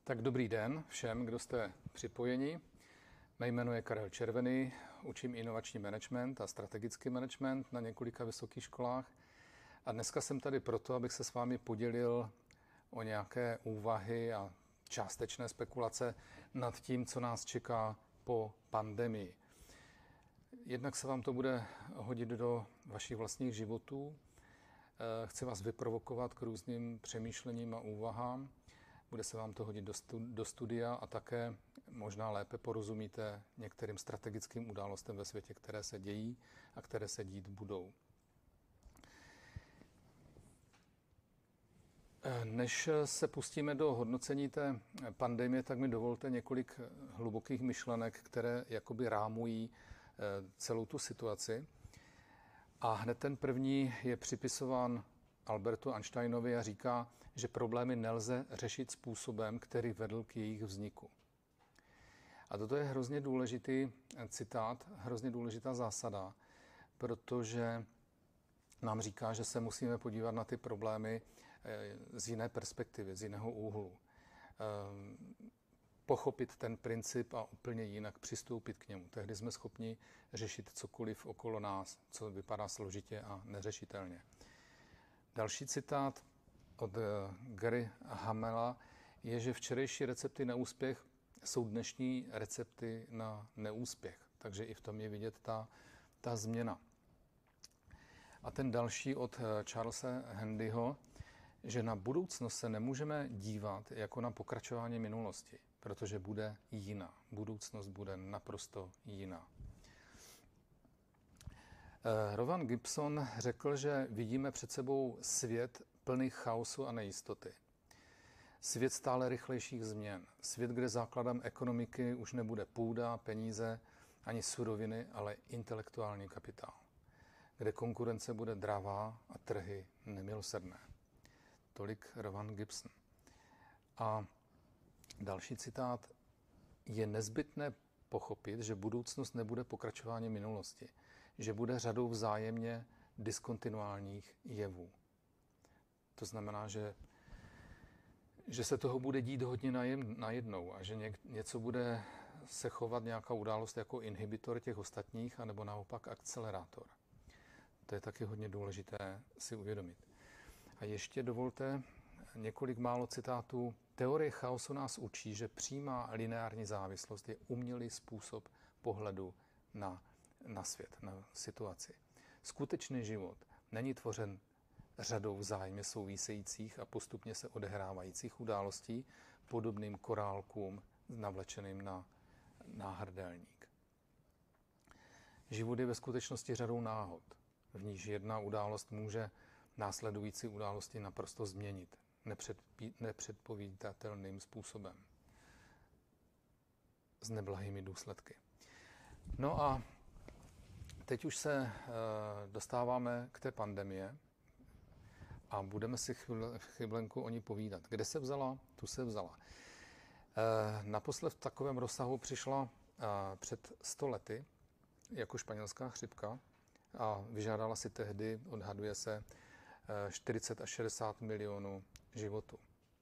Tak dobrý den všem, kdo jste připojeni. Mé jméno je Karel Červený, učím inovační management a strategický management na několika vysokých školách. A dneska jsem tady proto, abych se s vámi podělil o nějaké úvahy a částečné spekulace nad tím, co nás čeká po pandemii. Jednak se vám to bude hodit do vašich vlastních životů. Chci vás vyprovokovat k různým přemýšlením a úvahám. Bude se vám to hodit do studia a také možná lépe porozumíte některým strategickým událostem ve světě, které se dějí a které se dít budou. Než se pustíme do hodnocení té pandemie, tak mi dovolte několik hlubokých myšlenek, které jakoby rámují celou tu situaci. A hned ten první je připisován Albertu Einsteinovi a říká, že problémy nelze řešit způsobem, který vedl k jejich vzniku. A toto je hrozně důležitý citát, hrozně důležitá zásada, protože nám říká, že se musíme podívat na ty problémy z jiné perspektivy, z jiného úhlu. Pochopit ten princip a úplně jinak přistoupit k němu. Tehdy jsme schopni řešit cokoliv okolo nás, co vypadá složitě a neřešitelně. Další citát od Gary Hamela je, že včerejší recepty na úspěch jsou dnešní recepty na neúspěch. Takže i v tom je vidět ta změna. A ten další od Charlesa Handyho, že na budoucnost se nemůžeme dívat jako na pokračování minulosti, protože bude jiná. Budoucnost bude naprosto jiná. Rowan Gibson řekl, že vidíme před sebou svět plný chaosu a nejistoty. Svět stále rychlejších změn. Svět, kde základem ekonomiky už nebude půda, peníze ani suroviny, ale intelektuální kapitál. Kde konkurence bude dravá a trhy nemilosrdné. Tolik Rowan Gibson. A další citát. Je nezbytné pochopit, že budoucnost nebude pokračování minulosti, že bude řadou vzájemně diskontinuálních jevů. To znamená, že se toho bude dít hodně najednou a že něco bude se chovat nějaká událost jako inhibitor těch ostatních, anebo naopak akcelerátor. To je taky hodně důležité si uvědomit. A ještě dovolte několik málo citátů. Teorie chaosu nás učí, že přímá lineární závislost je umělý způsob pohledu na svět, na situaci. Skutečný život není tvořen řadou vzájemně souvisejících a postupně se odehrávajících událostí, podobným korálkům navlečeným na náhrdelník. Život je ve skutečnosti řadou náhod, v níž jedna událost může následující události naprosto změnit nepředpovídatelným způsobem s neblahými důsledky. No a teď už se dostáváme k té pandemie a budeme si chvílenku o ní povídat. Kde se vzala? Tu se vzala. Naposled v takovém rozsahu přišla před 100 lety jako španělská chřipka a vyžádala si tehdy, odhaduje se, 40 až 60 milionů životů.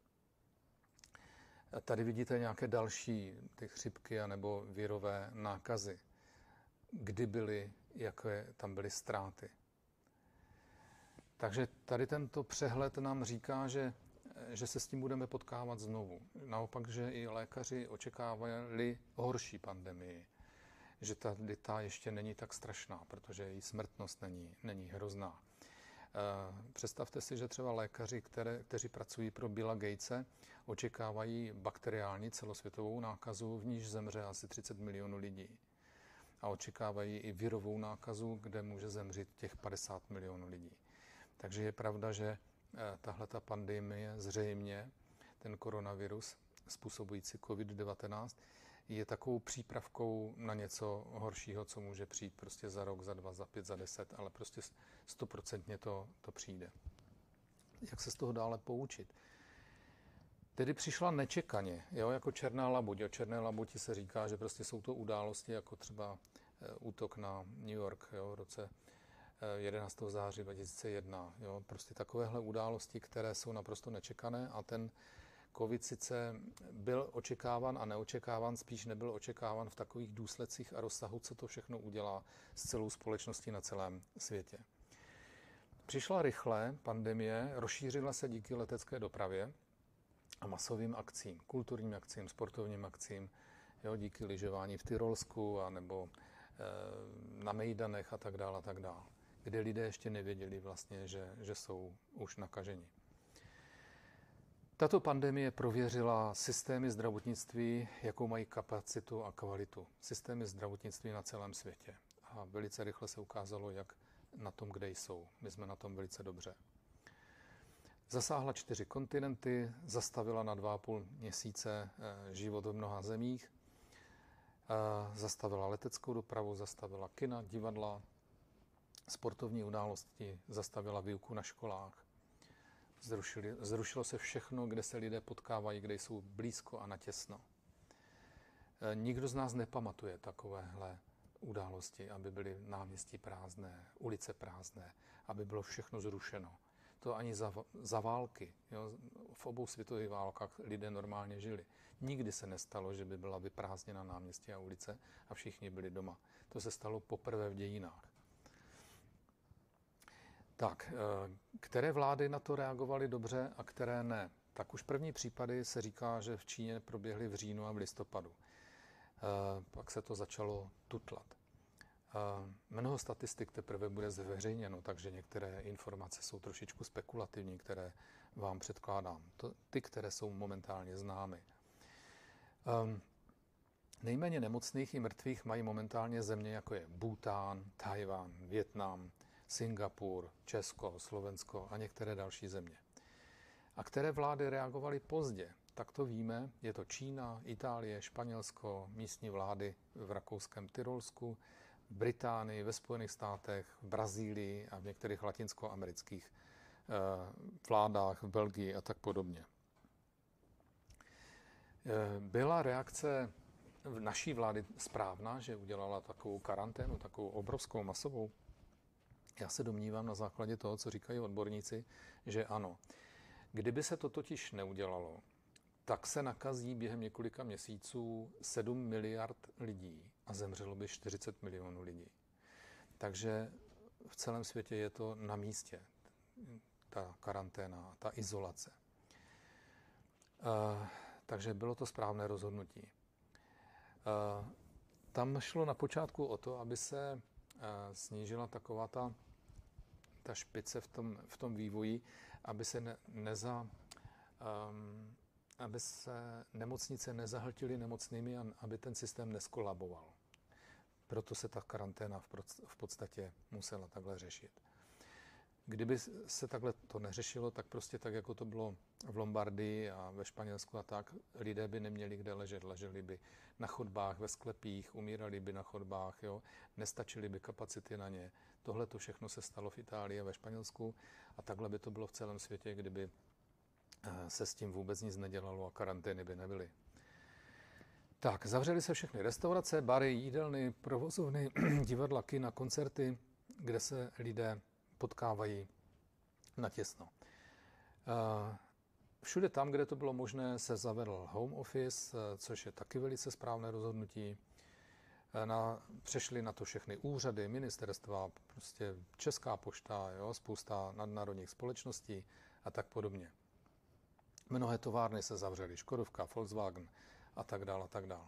Tady vidíte nějaké další ty chřipky anebo virové nákazy. Kdy byly, jaké tam byly ztráty. Takže tady tento přehled nám říká, že se s tím budeme potkávat znovu. Naopak, že i lékaři očekávali horší pandemii. Že ta ještě není tak strašná, protože její smrtnost není hrozná. Představte si, že třeba lékaři, kteří pracují pro Billa Gatese, očekávají bakteriální celosvětovou nákazu, v níž zemře asi 30 milionů lidí. A očekávají i virovou nákazu, kde může zemřít těch 50 milionů lidí. Takže je pravda, že tahleta pandemie zřejmě, ten koronavirus způsobující COVID-19, je takovou přípravkou na něco horšího, co může přijít prostě za rok, za 2, za 5, za 10, ale prostě 100% to přijde. Jak se z toho dále poučit? Tedy přišla nečekaně, jako černá labuť. O černé labuti se říká, že prostě jsou to události, jako třeba útok na New York v roce 11. září 2001. Prostě takovéhle události, které jsou naprosto nečekané a ten Covid sice byl očekáván a neočekáván, spíš nebyl očekáván v takových důsledcích a rozsahu, co to všechno udělá s celou společností na celém světě. Přišla rychle pandemie, rozšířila se díky letecké dopravě a masovým akcím, kulturním akcím, sportovním akcím, jo, díky lyžování v Tyrolsku a nebo na mejdanech a tak dále, kde lidé ještě nevěděli vlastně, že jsou už nakaženi. Tato pandemie prověřila systémy zdravotnictví, jakou mají kapacitu a kvalitu. Systémy zdravotnictví na celém světě. A velice rychle se ukázalo, jak na tom, kde jsou. My jsme na tom velice dobře. Zasáhla 4 kontinenty, zastavila na 2,5 měsíce život v mnoha zemích, zastavila leteckou dopravu, zastavila kina, divadla, sportovní události, zastavila výuku na školách. Zrušilo se všechno, kde se lidé potkávají, kde jsou blízko a natěsno. Nikdo z nás nepamatuje takovéhle události, aby byly náměstí prázdné, ulice prázdné, aby bylo všechno zrušeno. To ani za války. Jo? V obou světových válkách lidé normálně žili. Nikdy se nestalo, že by byla vyprázdněna náměstí a ulice a všichni byli doma. To se stalo poprvé v dějinách. Tak, které vlády na to reagovaly dobře a které ne? Tak už první případy se říká, že v Číně proběhly v říjnu a v listopadu. Pak se to začalo tutlat. Mnoho statistik teprve bude zveřejněno, takže některé informace jsou trošičku spekulativní, které vám předkládám. Ty, které jsou momentálně známy. Nejméně nemocných i mrtvých mají momentálně země, jako je Bhútán, Tchaj-wan, Vietnam, Singapur, Česko, Slovensko a některé další země. A které vlády reagovaly pozdě, tak to víme, je to Čína, Itálie, Španělsko, místní vlády v rakouském Tyrolsku, v Británii, ve Spojených státech, v Brazílii a v některých latinskoamerických vládách, v Belgii a tak podobně. Byla reakce naší vlády správná, že udělala takovou karanténu, takovou obrovskou masovou? Já se domnívám na základě toho, co říkají odborníci, že ano. Kdyby se to totiž neudělalo, tak se nakazí během několika měsíců 7 miliard lidí a zemřelo by 40 milionů lidí. Takže v celém světě je to na místě, ta karanténa, ta izolace. Takže bylo to správné rozhodnutí. Tam šlo na počátku o to, aby se snížila taková ta špice v tom vývoji, aby se aby se nemocnice nezahltily nemocnými a aby ten systém neskolaboval. Proto se ta karanténa v podstatě musela takhle řešit. Kdyby se takhle to neřešilo, tak prostě tak, jako to bylo v Lombardii a ve Španělsku a tak, lidé by neměli kde ležet. Leželi by na chodbách, ve sklepích, umírali by na chodbách, jo? Nestačily by kapacity na ně. Tohle to všechno se stalo v Itálii a ve Španělsku a takhle by to bylo v celém světě, kdyby se s tím vůbec nic nedělalo a karantény by nebyly. Tak, zavřely se všechny restaurace, bary, jídelny, provozovny, divadla, kina, koncerty, kde se lidé potkávají natěsno. Všude tam, kde to bylo možné, se zavedl home office, což je taky velice správné rozhodnutí. Přešly na to všechny úřady, ministerstva, prostě Česká pošta, jo, spousta nadnárodních společností a tak podobně. Mnohé továrny se zavřely, Škodovka, Volkswagen a tak dále, a tak dále.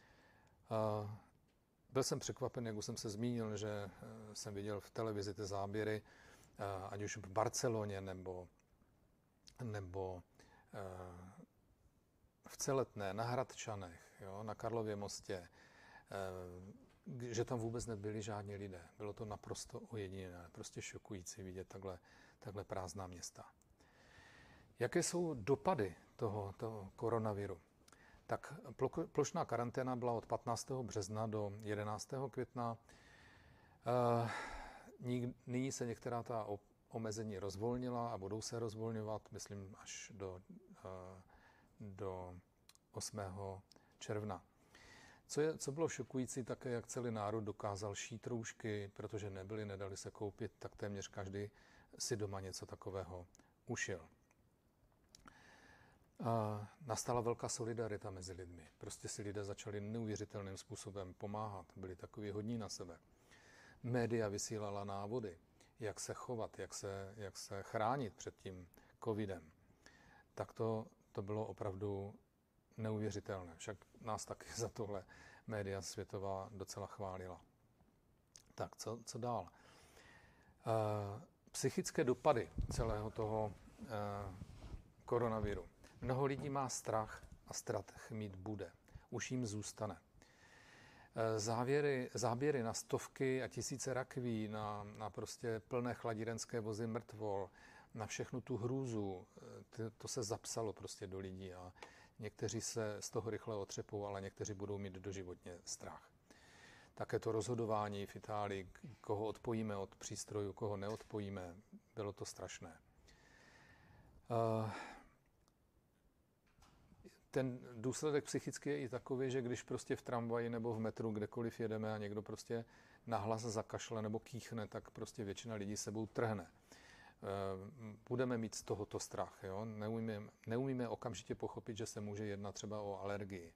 Byl jsem překvapen, jak už jsem se zmínil, že jsem viděl v televizi ty záběry, ať už v Barceloně nebo v Celetné, na Hradčanech, jo, na Karlově mostě, že tam vůbec nebyli žádní lidé. Bylo to naprosto ojedinělé, prostě šokující vidět takhle prázdná města. Jaké jsou dopady toho koronaviru? Tak plošná karanténa byla od 15. března do 11. května. Nyní se některá ta omezení rozvolnila a budou se rozvolňovat, myslím, až do 8. června. Co bylo šokující také, jak celý národ dokázal šít roušky, protože nedali se koupit, tak téměř každý si doma něco takového ušil. Nastala velká solidarita mezi lidmi. Prostě si lidé začali neuvěřitelným způsobem pomáhat. Byli takový hodní na sebe. Média vysílala návody, jak se chovat, jak se chránit před tím covidem. Tak to bylo opravdu neuvěřitelné. Však nás taky za tohle média světová docela chválila. Tak, co dál? Psychické dopady celého toho koronaviru. Mnoho lidí má strach a strach mít bude. Už jim zůstane. Záběry na stovky a tisíce rakví, na prostě plné chladirenské vozy mrtvol, na všechnu tu hrůzu, to se zapsalo prostě do lidí a někteří se z toho rychle otřepou, ale někteří budou mít doživotně strach. Také to rozhodování v Itálii, koho odpojíme od přístrojů, koho neodpojíme, bylo to strašné. Ten důsledek psychicky je i takový, že když prostě v tramvaji nebo v metru kdekoliv jedeme a někdo prostě nahlas zakašle nebo kýchne, tak prostě většina lidí sebou trhne. Budeme mít z tohoto strach. Jo? Neumíme okamžitě pochopit, že se může jednat třeba o alergii.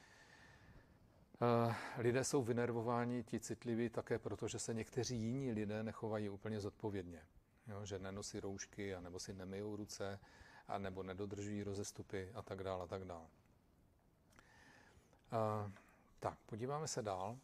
Lidé jsou vynervováni, ti citliví také proto, že se někteří jiní lidé nechovají úplně zodpovědně. Jo? Že nenosí roušky, anebo si nemyjou ruce, a nebo nedodržují rozestupy a tak dále, a tak dále. Tak, podíváme se dál.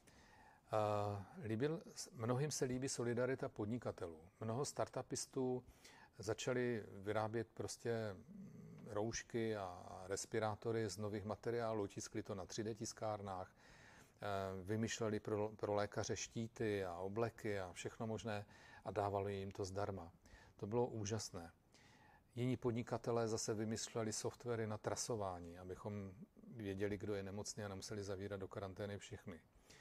Mnohým se líbí solidarita podnikatelů. Mnoho startupistů začali vyrábět prostě roušky a respirátory z nových materiálů, tiskli to na 3D tiskárnách, vymýšleli pro lékaře štíty a obleky a všechno možné a dávali jim to zdarma. To bylo úžasné. Jiní podnikatelé zase vymysleli softwary na trasování, abychom věděli, kdo je nemocný a nemuseli zavírat do karantény všechny.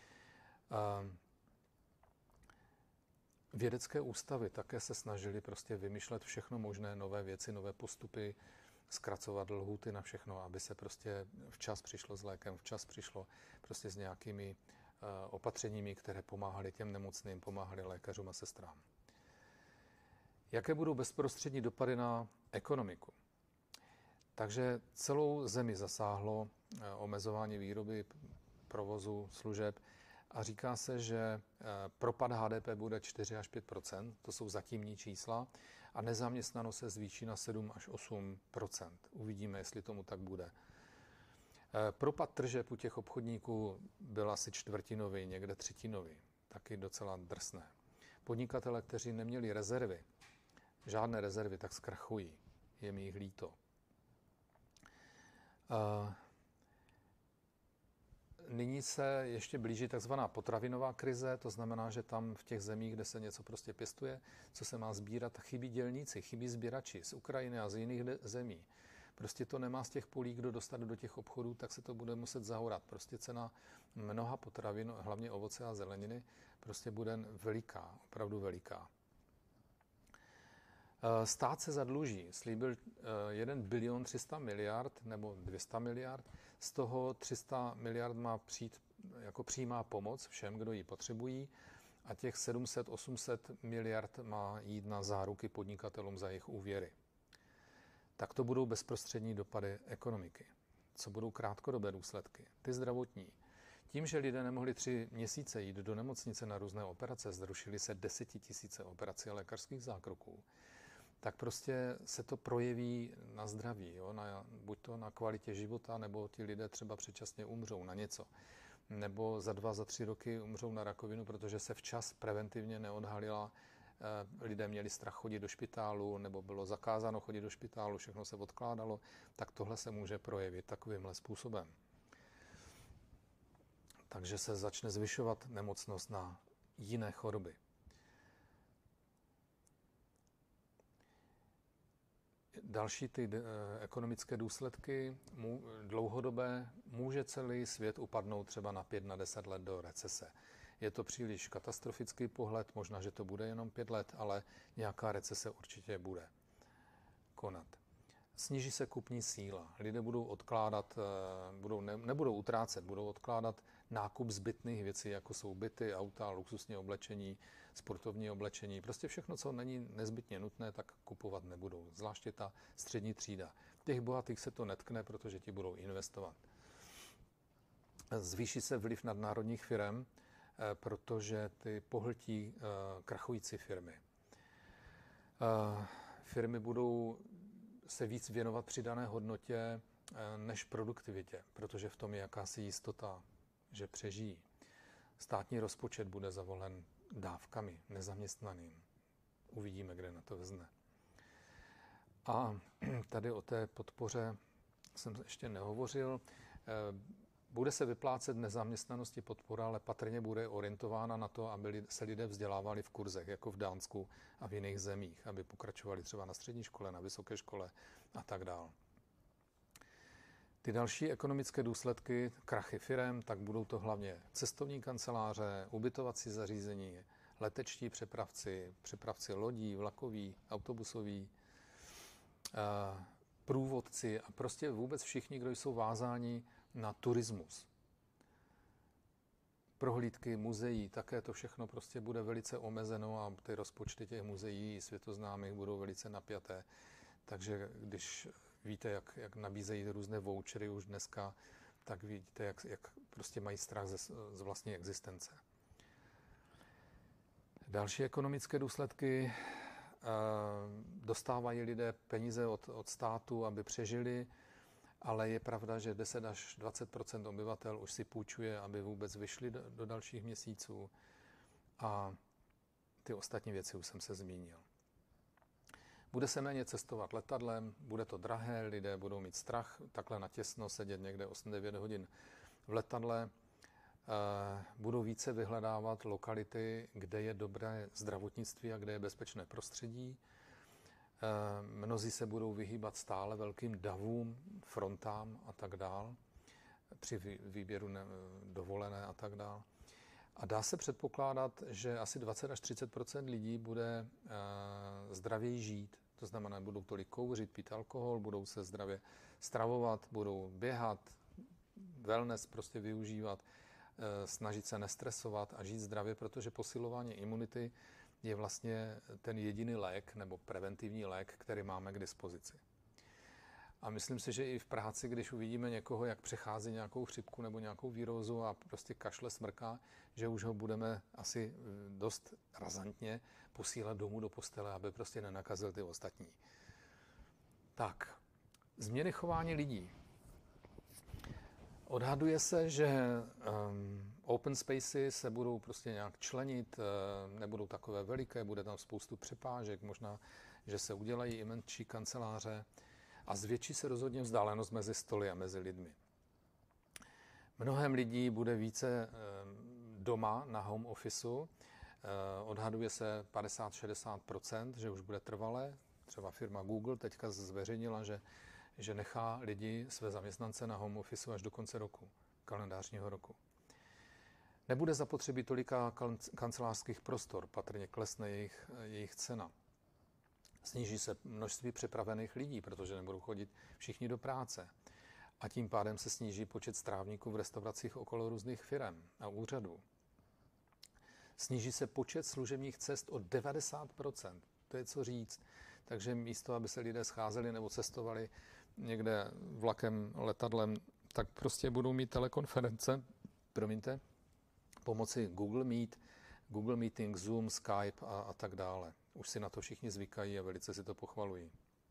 Vědecké ústavy také se snažily prostě vymýšlet všechno možné, nové věci, nové postupy, zkracovat lhůty na všechno, aby se prostě včas přišlo s lékem, včas přišlo prostě s nějakými opatřeními, které pomáhaly těm nemocným, pomáhaly lékařům a sestrám. Jaké budou bezprostřední dopady na ekonomiku? Takže celou zemi zasáhlo omezování výroby, provozu, služeb a říká se, že propad HDP bude 4 až 5 %, to jsou zatímní čísla, a nezaměstnanost se zvýší na 7 až 8 %. Uvidíme, jestli tomu tak bude. Propad tržeb u těch obchodníků byl asi čtvrtinový, někde třetinový, taky docela drsné. Podnikatele, kteří neměli rezervy, žádné rezervy, tak zkrachují. Je mi jich líto. Nyní se ještě blíží takzvaná potravinová krize, to znamená, že tam v těch zemích, kde se něco prostě pěstuje, co se má sbírat, chybí dělníci, chybí sběrači z Ukrajiny a z jiných zemí. Prostě to nemá z těch polí kdo dostat do těch obchodů, tak se to bude muset zahorat. Prostě cena mnoha potravin, hlavně ovoce a zeleniny, prostě bude veliká, opravdu veliká. Stát se zadluží, slíbil 1 bilion 300 miliard nebo 200 miliard, z toho 300 miliard má přijít jako přímá pomoc všem, kdo ji potřebují, a těch 700-800 miliard má jít na záruky podnikatelům za jejich úvěry. Tak to budou bezprostřední dopady ekonomiky. Co budou krátkodobé důsledky? Ty zdravotní. Tím, že lidé nemohli 3 měsíce jít do nemocnice na různé operace, zrušily se 10 000 operací a lékařských zákroků, tak prostě se to projeví na zdraví, jo? Buď to na kvalitě života, nebo ti lidé třeba předčasně umřou na něco. Nebo za 2, za 3 roky umřou na rakovinu, protože se včas preventivně neodhalila. Lidé měli strach chodit do špitálu, nebo bylo zakázáno chodit do špitálu, všechno se odkládalo, tak tohle se může projevit takovýmhle způsobem. Takže se začne zvyšovat nemocnost na jiné choroby. Další ty ekonomické důsledky dlouhodobé, může celý svět upadnout třeba na 5 na 10 let do recese. Je to příliš katastrofický pohled, možná, že to bude jenom 5 let, ale nějaká recese určitě bude konat. Sníží se kupní síla. Lidé budou odkládat, nebudou utrácet, budou odkládat nákup zbytných věcí, jako jsou byty, auta, luxusní oblečení, sportovní oblečení. Prostě všechno, co není nezbytně nutné, tak kupovat nebudou. Zvláště ta střední třída. Těch bohatých se to netkne, protože ti budou investovat. Zvýší se vliv nadnárodních firm, protože ty pohltí krachující firmy. Firmy budou se víc věnovat přidané hodnotě než produktivitě, protože v tom je jakási jistota, že přežijí. Státní rozpočet bude zavolen dávkami nezaměstnaným. Uvidíme, kde na to vezne. A tady o té podpoře jsem ještě nehovořil. Bude se vyplácet nezaměstnanosti podpora, ale patrně bude orientována na to, aby se lidé vzdělávali v kurzech, jako v Dánsku a v jiných zemích, aby pokračovali třeba na střední škole, na vysoké škole a tak dále. Ty další ekonomické důsledky, krachy firem, tak budou to hlavně cestovní kanceláře, ubytovací zařízení, letečtí přepravci, přepravci lodí, vlakoví, autobusoví, průvodci a prostě vůbec všichni, kdo jsou vázáni na turismus. Prohlídky muzeí, také to všechno prostě bude velice omezeno a ty rozpočty těch muzeí světoznámých budou velice napjaté. Takže když víte, jak nabízejí různé vouchery už dneska, tak vidíte, jak prostě mají strach z vlastní existence. Další ekonomické důsledky. Dostávají lidé peníze od státu, aby přežili, ale je pravda, že 10 až 20 obyvatel už si půjčuje, aby vůbec vyšli do dalších měsíců. A ty ostatní věci už jsem se zmínil. Bude se méně cestovat letadlem, bude to drahé, lidé budou mít strach takhle natěsno sedět někde 8-9 hodin v letadle. Budou více vyhledávat lokality, kde je dobré zdravotnictví a kde je bezpečné prostředí. Mnozí se budou vyhýbat stále velkým davům, frontám a tak dál, při výběru dovolené a tak dál. A dá se předpokládat, že asi 20 až 30 lidí bude zdravěji žít. To znamená, budou tolik kouřit, pít alkohol, budou se zdravě stravovat, budou běhat, wellness prostě využívat, snažit se nestresovat a žít zdravě, protože posilování imunity je vlastně ten jediný lék nebo preventivní lék, který máme k dispozici. A myslím si, že i v práci, když uvidíme někoho, jak přechází nějakou chřipku nebo nějakou vírózu a prostě kašle, smrká, že už ho budeme asi dost razantně posílat domů do postele, aby prostě nenakazil ty ostatní. Tak, změny chování lidí. Odhaduje se, že open spacey se budou prostě nějak členit, nebudou takové veliké, bude tam spoustu přepážek, možná, že se udělají i menší kanceláře a zvětší se rozhodně vzdálenost mezi stoly a mezi lidmi. Mnohem lidí bude více doma na home officeu, odhaduje se 50-60%, že už bude trvalé. Třeba firma Google teďka zveřejnila, že nechá lidi, své zaměstnance na home officeu až do konce roku, kalendářního roku. Nebude zapotřebí tolika kancelářských prostor, patrně klesne jejich cena. Sníží se množství přepravených lidí, protože nebudou chodit všichni do práce. A tím pádem se sníží počet strávníků v restauracích okolo různých firem a úřadů. Sníží se počet služebních cest o 90%. To je co říct. Takže místo, aby se lidé scházeli nebo cestovali někde vlakem, letadlem, tak prostě budou mít telekonference, pomocí Google Meet, Google Meeting, Zoom, Skype a tak dále. Už si na to všichni zvykají a velice si to pochvalují.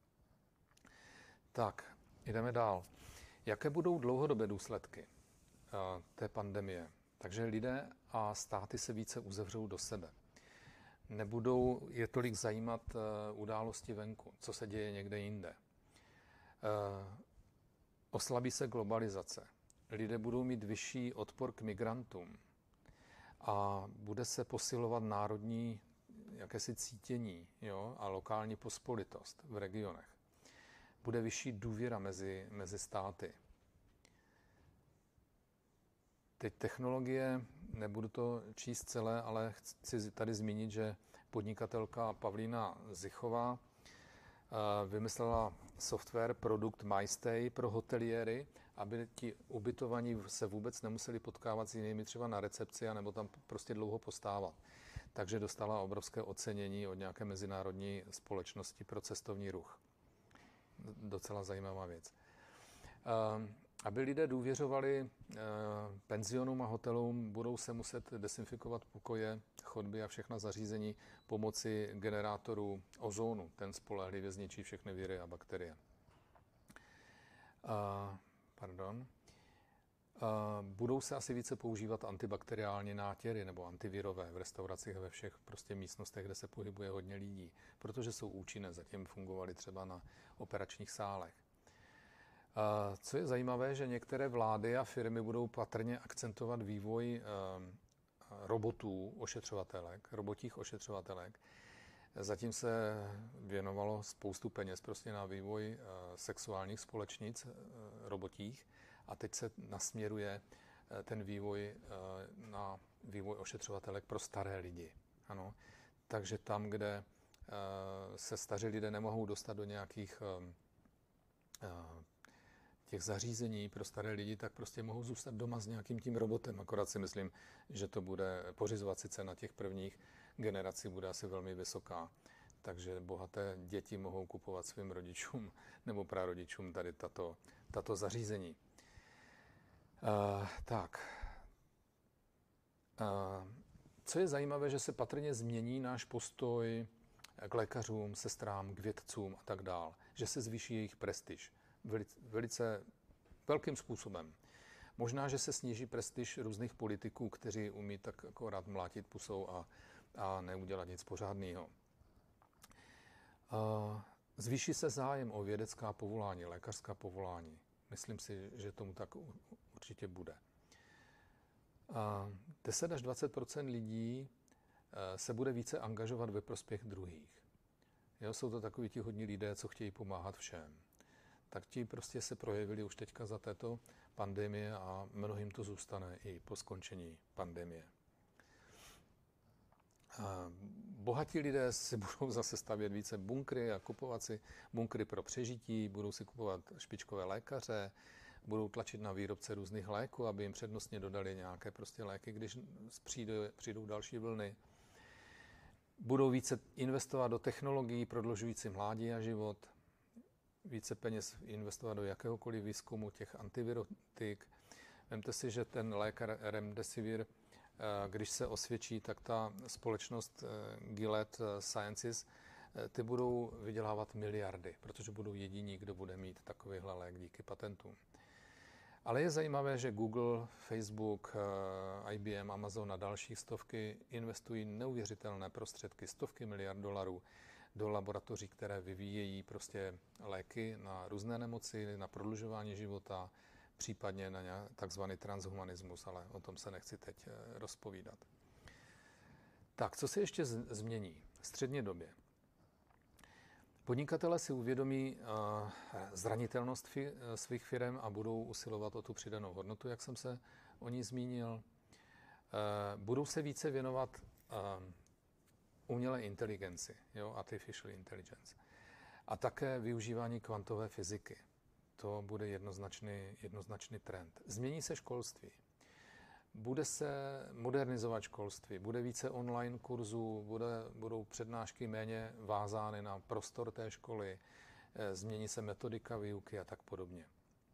Tak, jdeme dál. Jaké budou dlouhodobé důsledky té pandemie? Takže lidé a státy se více uzavřou do sebe. Nebudou je tolik zajímat události venku, co se děje někde jinde. Oslabí se globalizace. Lidé budou mít vyšší odpor k migrantům a bude se posilovat národní jakési cítění, a lokální pospolitost v regionech. Bude vyšší důvěra mezi státy. Teď technologie, nebudu to číst celé, ale chci tady zmínit, že podnikatelka Pavlína Zichová vymyslela software, produkt MyStay pro hoteliéry, aby ti ubytovaní se vůbec nemuseli potkávat s jinými třeba na recepci, anebo tam prostě dlouho postávat. Takže dostala obrovské ocenění od nějaké mezinárodní společnosti pro cestovní ruch. docela zajímavá věc. Aby lidé důvěřovali penzionům a hotelům, budou se muset desinfikovat pokoje, chodby a všechna zařízení pomocí generátorů ozónu. Ten spolehlivě zničí všechny viry a bakterie. Budou se asi více používat antibakteriální nátěry nebo antivirové v restauracích a ve všech prostě místnostech, kde se pohybuje hodně lidí, protože jsou účinné, zatím fungovaly třeba na operačních sálech. Co je zajímavé, že některé vlády a firmy budou patrně akcentovat vývoj robotů ošetřovatelek, robotích ošetřovatelek. Zatím se věnovalo spoustu peněz prostě na vývoj sexuálních společnic robotích a teď se nasměruje ten vývoj na vývoj ošetřovatelek pro staré lidi. Ano. Takže tam, kde se staří lidé nemohou dostat do nějakých těch zařízení pro staré lidi, tak prostě mohou zůstat doma s nějakým tím robotem. Akorát si myslím, že to bude pořizovací cena těch prvních generací bude asi velmi vysoká. Takže bohaté děti mohou kupovat svým rodičům nebo prarodičům tady tato zařízení. Co je zajímavé, že se patrně změní náš postoj k lékařům, sestrám, k vědcům a tak dál. Že se zvýší jejich prestiž. Velice velkým způsobem. Možná, že se sníží prestiž různých politiků, kteří umí tak akorát mlátit pusou a neudělat nic pořádného. Zvýší se zájem o vědecká povolání, lékařská povolání. Myslím si, že tomu tak určitě bude. 10 až 20% lidí se bude více angažovat ve prospěch druhých. Jo, jsou to takoví ti hodní lidé, co chtějí pomáhat všem. Tak ti prostě se projevili už teďka za této pandemie a mnohým to zůstane i po skončení pandemie. Bohatí lidé si budou zase stavět více bunkry a kupovat si bunkry pro přežití, budou si kupovat špičkové lékaře, budou tlačit na výrobce různých léků, aby jim přednostně dodali nějaké prostě léky, když přijdou další vlny. Budou více investovat do technologií prodlužující mládí a život, více peněz investovat do jakéhokoliv výzkumu těch antivirotik. Vemte si, že ten lék Remdesivir, když se osvědčí, tak ta společnost Gilead Sciences, ty budou vydělávat miliardy, protože budou jediní, kdo bude mít takovýhle lék díky patentům. Ale je zajímavé, že Google, Facebook, IBM, Amazon a další stovky investují neuvěřitelné prostředky, stovky miliard dolarů do laboratoří, které vyvíjejí prostě léky na různé nemoci, na prodlužování života, případně na takzvaný transhumanismus, ale o tom se nechci teď rozpovídat. Tak, co se ještě změní v střední době? Podnikatelé si uvědomí zranitelnost svých firem a budou usilovat o tu přidanou hodnotu, jak jsem se o ní zmínil. Budou se více věnovat umělé inteligenci, jo, artificial intelligence, a také využívání kvantové fyziky. To bude jednoznačný trend. Změní se školství. Bude se modernizovat školství, bude více online kurzů, budou přednášky méně vázány na prostor té školy, změní se metodika výuky a tak podobně.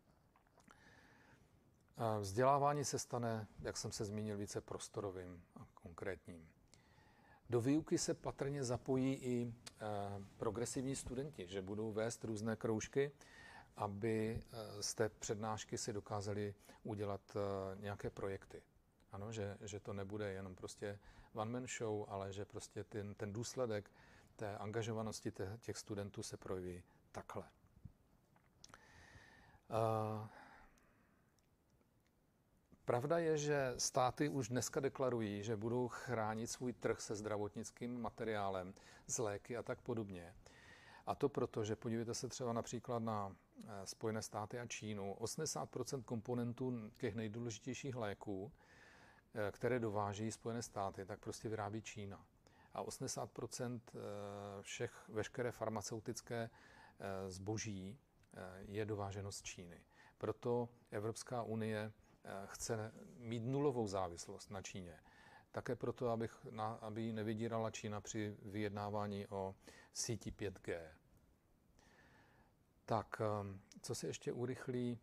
Vzdělávání se stane, jak jsem se zmínil, více prostorovým a konkrétním. Do výuky se patrně zapojí i progresivní studenti, že budou vést různé kroužky, aby z té přednášky si dokázali udělat nějaké projekty. Ano, že to nebude jenom prostě one-man show, ale že prostě ten důsledek té angažovanosti těch studentů se projeví takhle. Pravda je, že státy už dneska deklarují, že budou chránit svůj trh se zdravotnickým materiálem, s léky a tak podobně. A to proto, že podívejte se třeba například na Spojené státy a Čínu. 80% komponentů těch nejdůležitějších léků, které dováží Spojené státy, tak prostě vyrábí Čína. A 80% veškeré farmaceutické zboží je dováženo z Číny. Proto Evropská unie chce mít nulovou závislost na Číně. Také proto, aby ji nevydírala Čína při vyjednávání o síti 5G. Tak, co se ještě urychlí?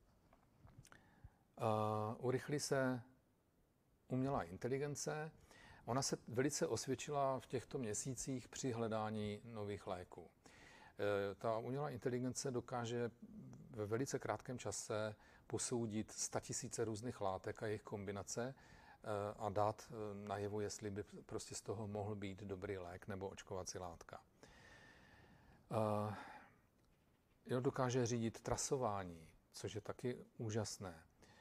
Urychlí se umělá inteligence. Ona se velice osvědčila v těchto měsících při hledání nových léků. Ta umělá inteligence dokáže ve velice krátkém čase posoudit 100 000 různých látek a jejich kombinace a dát najevo, jestli by prostě z toho mohl být dobrý lék nebo očkovací látka. Dokáže řídit trasování, což je taky úžasné.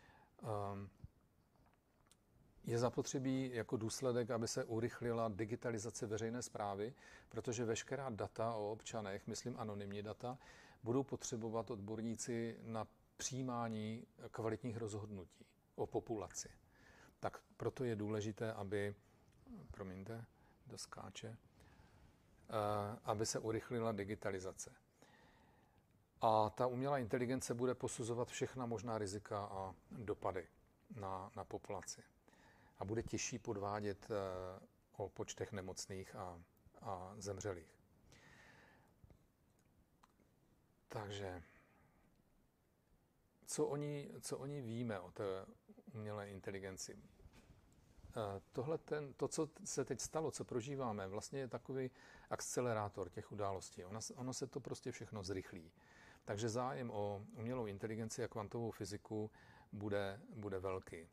Je zapotřebí jako důsledek, aby se urychlila digitalizace veřejné správy, protože veškerá data o občanech, myslím anonymní data, budou potřebovat odborníci na přijímání kvalitních rozhodnutí o populaci. Tak proto je důležité, aby se urychlila digitalizace. A ta umělá inteligence bude posuzovat všechna možná rizika a dopady na populaci. A bude těžší podvádět o počtech nemocných a zemřelých. Takže, co oni víme o té umělé inteligenci? To, co se teď stalo, co prožíváme, vlastně je takový akcelerátor těch událostí. Ono se to prostě všechno zrychlí. Takže zájem o umělou inteligenci a kvantovou fyziku bude velký.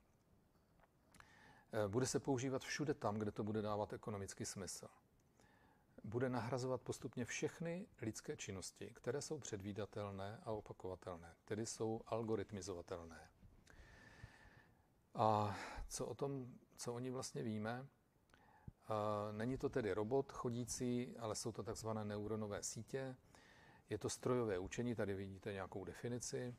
Bude se používat všude tam, kde to bude dávat ekonomický smysl. Bude nahrazovat postupně všechny lidské činnosti, které jsou předvídatelné a opakovatelné, tedy jsou algoritmizovatelné. A co oni vlastně víme? Není to tedy robot chodící, ale jsou to takzvané neuronové sítě. Je to strojové učení, tady vidíte nějakou definici.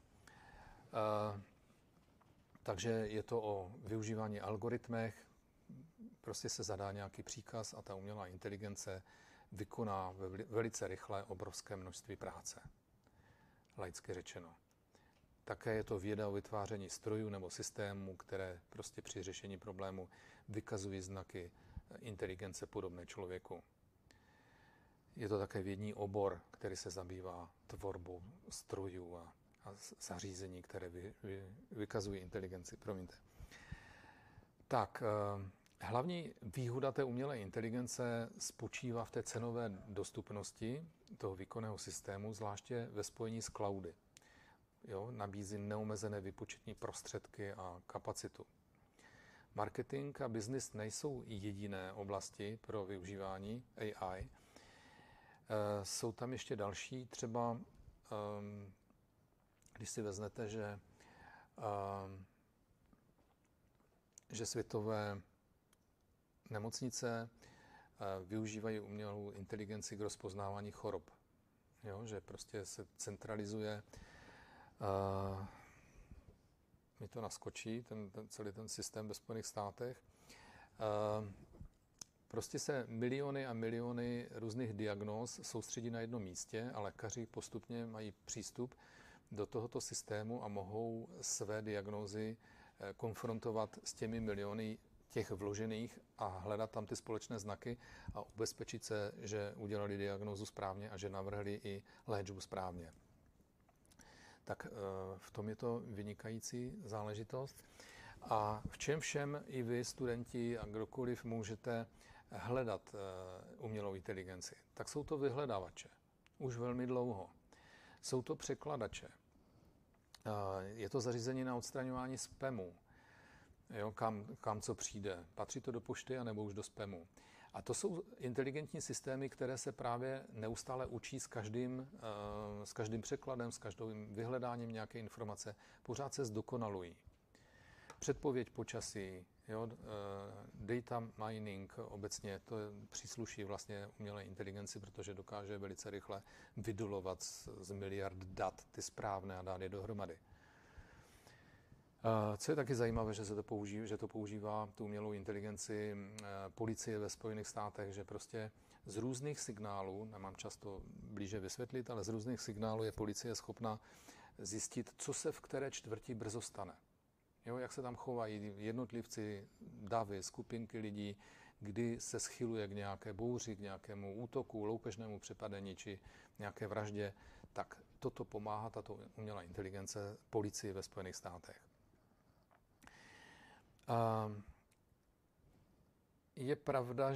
Takže je to o využívání algoritmech, prostě se zadá nějaký příkaz a ta umělá inteligence vykoná velice rychle obrovské množství práce, laicky řečeno. Také je to věda o vytváření strojů nebo systémů, které prostě při řešení problému vykazují znaky inteligence podobné člověku. Je to také vědní obor, který se zabývá tvorbou strojů a zařízení, které vykazují inteligenci. Tak, hlavní výhoda té umělé inteligence spočívá v té cenové dostupnosti toho výkonného systému, zvláště ve spojení s cloudy. Nabízí neomezené výpočetní prostředky a kapacitu. Marketing a business nejsou jediné oblasti pro využívání AI. Jsou tam ještě další, třeba když si vezmete, že světové nemocnice využívají umělou inteligenci k rozpoznávání chorob. Že prostě se centralizuje, mi to naskočí, celý ten systém ve Spojených státech. Prostě se miliony a miliony různých diagnóz soustředí na jednom místě a lékaři postupně mají přístup do tohoto systému a mohou své diagnózy konfrontovat s těmi miliony těch vložených a hledat tam ty společné znaky a ubezpečit se, že udělali diagnózu správně a že navrhli i léčbu správně. Tak v tom je to vynikající záležitost. A v čem všem i vy, studenti a kdokoliv, můžete hledat umělou inteligenci? Tak jsou to vyhledávače. Už velmi dlouho. Jsou to překladače. Je to zařízení na odstraňování spamu. Kam co přijde. Patří to do pošty anebo už do spamu. A to jsou inteligentní systémy, které se právě neustále učí s každým překladem, s každým vyhledáním nějaké informace. Pořád se zdokonalují. Předpověď počasí, data mining obecně, to přísluší vlastně umělé inteligenci, protože dokáže velice rychle vydolovat z miliard dat ty správné a dát je dohromady. Co je taky zajímavé, že to používá tu umělou inteligenci policie ve Spojených státech, že prostě z různých signálů, nemám čas to blíže vysvětlit, ale z různých signálů je policie schopna zjistit, co se v které čtvrti brzo stane. Jak se tam chovají jednotlivci, davy, skupinky lidí, kdy se schyluje k nějaké bouři, k nějakému útoku, loupežnému přepadení či nějaké vraždě, tak toto pomáhá, tato umělá inteligence, policii ve Spojených státech. Je pravda,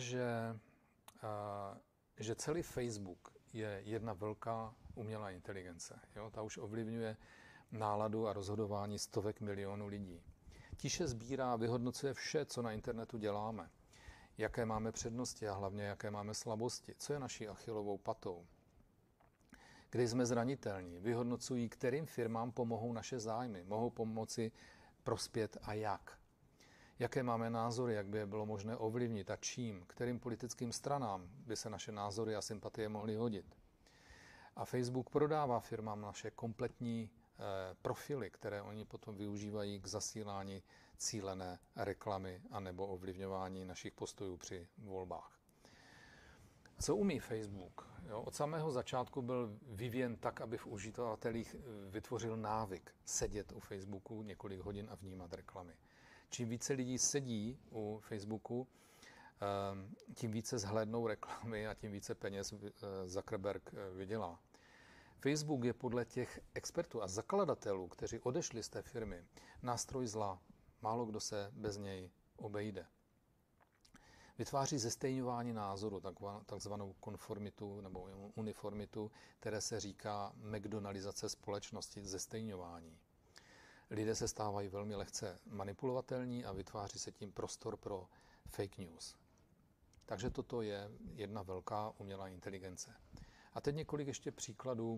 že celý Facebook je jedna velká umělá inteligence. Jo? Ta už ovlivňuje náladu a rozhodování stovek milionů lidí. Tiše sbírá a vyhodnocuje vše, co na internetu děláme. Jaké máme přednosti a hlavně jaké máme slabosti. Co je naší Achillovou patou. Kde jsme zranitelní. Vyhodnocují, kterým firmám pomohou naše zájmy. Mohou pomoci prospět a jak. Jaké máme názory, jak by je bylo možné ovlivnit a čím, kterým politickým stranám by se naše názory a sympatie mohly hodit. A Facebook prodává firmám naše kompletní profily, které oni potom využívají k zasílání cílené reklamy anebo ovlivňování našich postojů při volbách. Co umí Facebook? Jo, od samého začátku byl vyvíjen tak, aby v uživatelích vytvořil návyk sedět u Facebooku několik hodin a vnímat reklamy. Čím více lidí sedí u Facebooku, tím více zhlédnou reklamy a tím více peněz Zuckerberg vydělá. Facebook je podle těch expertů a zakladatelů, kteří odešli z té firmy, nástroj zla. Málo kdo se bez něj obejde. Vytváří zestejňování názoru, takzvanou konformitu nebo uniformitu, které se říká McDonaldizace společnosti, zestejňování. Lidé se stávají velmi lehce manipulovatelní a vytváří se tím prostor pro fake news. Takže toto je jedna velká umělá inteligence. A teď několik ještě příkladů,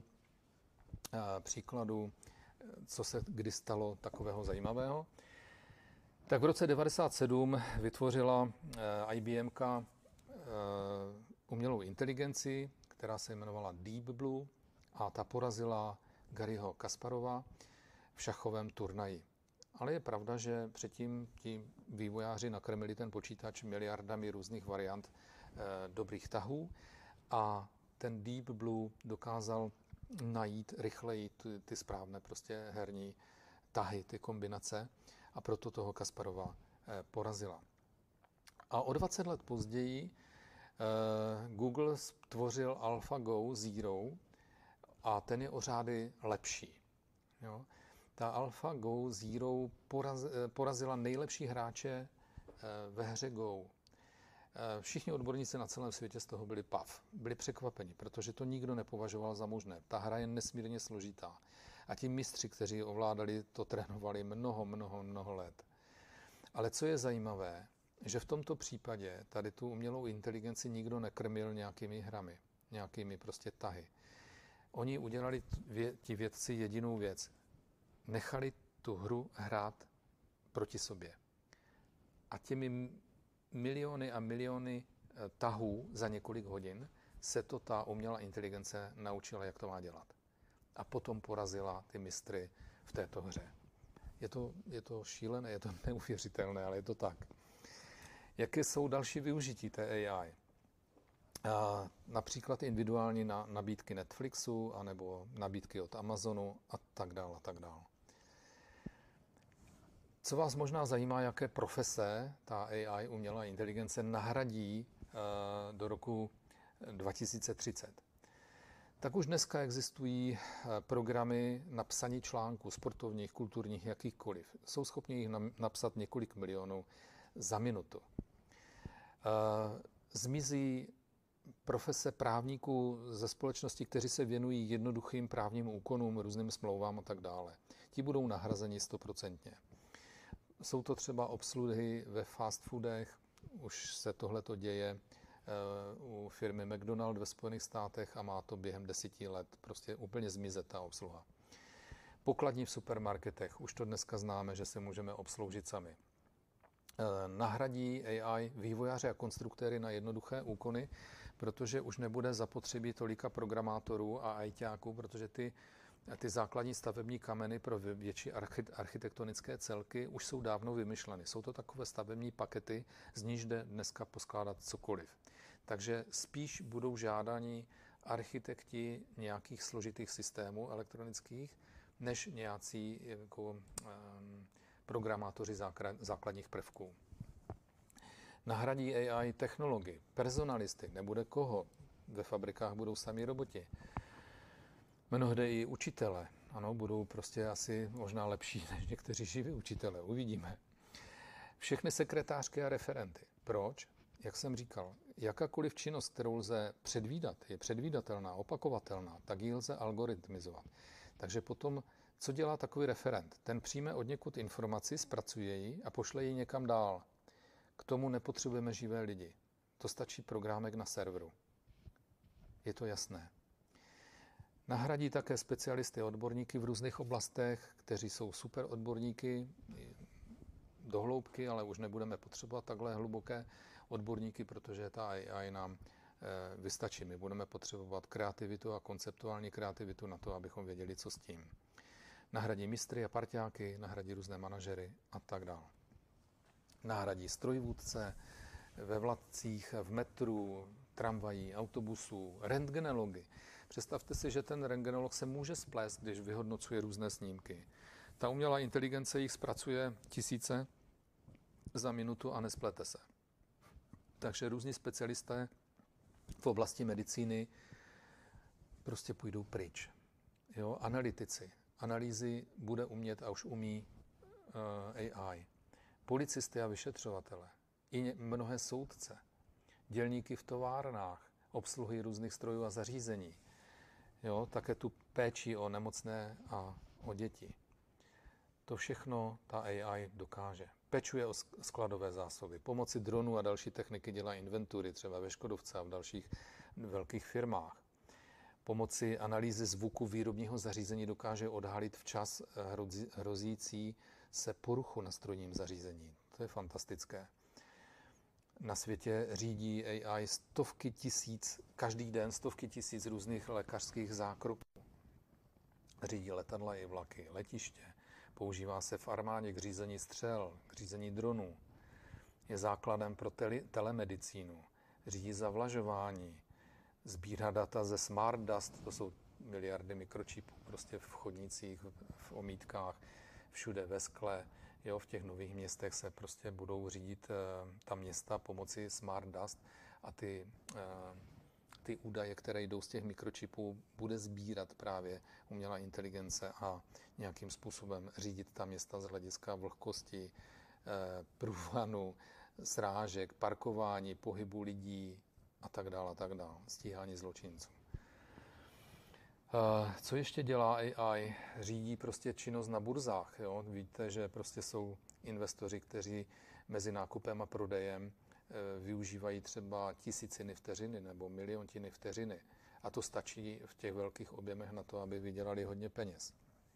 co se kdy stalo takového zajímavého. Tak v roce 1997 vytvořila IBM umělou inteligenci, která se jmenovala Deep Blue a ta porazila Garryho Kasparova v šachovém turnaji. Ale je pravda, že předtím ti vývojáři nakrmili ten počítač miliardami různých variant dobrých tahů a ten Deep Blue dokázal najít rychleji ty správné prostě herní tahy, ty kombinace a proto toho Kasparova porazila. A o 20 let později Google stvořil AlphaGo Zero a ten je o řády lepší. Jo? Ta AlphaGo Zero porazila nejlepší hráče ve hře Go. Všichni odborníci na celém světě z toho byli pav. Byli překvapeni, protože to nikdo nepovažoval za možné. Ta hra je nesmírně složitá. A ti mistři, kteří ji ovládali, to trénovali mnoho let. Ale co je zajímavé, že v tomto případě tady tu umělou inteligenci nikdo nekrmil nějakými hrami, nějakými prostě tahy. Oni udělali ti vědci jedinou věc. Nechali tu hru hrát proti sobě. A těmi miliony a miliony tahů za několik hodin se to ta umělá inteligence naučila, jak to má dělat. A potom porazila ty mistry v této hře. Je to šílené, je to neuvěřitelné, ale je to tak. Jaké jsou další využití té AI? Například individuální nabídky Netflixu anebo nabídky od Amazonu a tak dále a tak dále. Co vás možná zajímá, jaké profese ta AI, umělá inteligence, nahradí do roku 2030. Tak už dneska existují programy na psaní článků, sportovních, kulturních, jakýchkoliv. Jsou schopni jich napsat několik milionů za minutu. Zmizí profese právníků ze společnosti, kteří se věnují jednoduchým právním úkonům, různým smlouvám a tak dále. Ti budou nahrazeni 100%. Jsou to třeba obsluhy ve fast foodech, už se tohleto děje u firmy McDonald ve Spojených státech a má to během 10 let prostě úplně zmizet ta obsluha. Pokladní v supermarketech, už to dneska známe, že se můžeme obsloužit sami. Nahradí AI vývojáře a konstruktéry na jednoduché úkony, protože už nebude zapotřebí tolika programátorů a ajťáků, protože ty základní stavební kameny pro větší architektonické celky už jsou dávno vymyšleny. Jsou to takové stavební pakety, z níž jde dneska poskládat cokoliv. Takže spíš budou žádaní architekti nějakých složitých systémů elektronických, než nějací jako, programátoři základních prvků. Nahradí AI technologii, personalisty, nebude koho, ve fabrikách budou samí roboti. Mnohde i učitele, ano, budou prostě asi možná lepší než někteří živí učitele, uvidíme. Všechny sekretářky a referenty. Proč? Jak jsem říkal, jakákoliv činnost, kterou lze předvídat, je předvídatelná, opakovatelná, tak ji lze algoritmizovat. Takže potom, co dělá takový referent? Ten přijme od někud informaci, zpracuje ji a pošle ji někam dál. K tomu nepotřebujeme živé lidi. To stačí programek na serveru. Je to jasné. Nahradí také specialisty a odborníky v různých oblastech, kteří jsou super odborníky do hloubky, ale už nebudeme potřebovat takhle hluboké odborníky, protože ta AI nám vystačí. My budeme potřebovat kreativitu a konceptuální kreativitu na to, abychom věděli, co s tím. Nahradí mistry a parťáky, nahradí různé manažery a tak dále. Nahradí strojvůdce ve vlacích, v metru, tramvají, autobusů, rentgenology. Představte si, že ten rentgenolog se může splést, když vyhodnocuje různé snímky. Ta umělá inteligence jich zpracuje tisíce za minutu a nesplete se. Takže různí specialisté v oblasti medicíny prostě půjdou pryč. Jo? Analytici. Analýzy bude umět a už umí AI. Policisty a vyšetřovatele. I mnohé soudce. Dělníky v továrnách. Obsluhy různých strojů a zařízení. Jo? Také tu péči o nemocné a o děti. To všechno ta AI dokáže. Pečuje o skladové zásoby. Pomocí dronů a další techniky dělá inventury, třeba ve Škodovce a v dalších velkých firmách. Pomocí analýzy zvuku výrobního zařízení dokáže odhalit včas hrozící se poruchu na strojním zařízení. To je fantastické. Na světě řídí AI stovky tisíc, každý den stovky tisíc různých lékařských zákroků. Řídí letadla i vlaky, letiště. Používá se v armádě k řízení střel, k řízení dronů. Je základem pro telemedicínu. Řídí zavlažování. Sbírá data ze Smart Dust, to jsou miliardy mikročipů prostě v chodnicích, v omítkách, všude ve skle. Jo, v těch nových městech se prostě budou řídit ta města pomocí Smart Dust a ty údaje, které jdou z těch mikročipů, bude sbírat právě umělá inteligence a nějakým způsobem řídit ta města z hlediska vlhkosti, průvanu, srážek, parkování, pohybu lidí a tak dále, stíhání zločinců. Co ještě dělá AI? Řídí prostě činnost na burzách. Jo? Víte, že prostě jsou investoři, kteří mezi nákupem a prodejem využívají třeba tisíciny vteřiny nebo miliontiny vteřiny. A to stačí v těch velkých objemech na to, aby vydělali hodně peněz.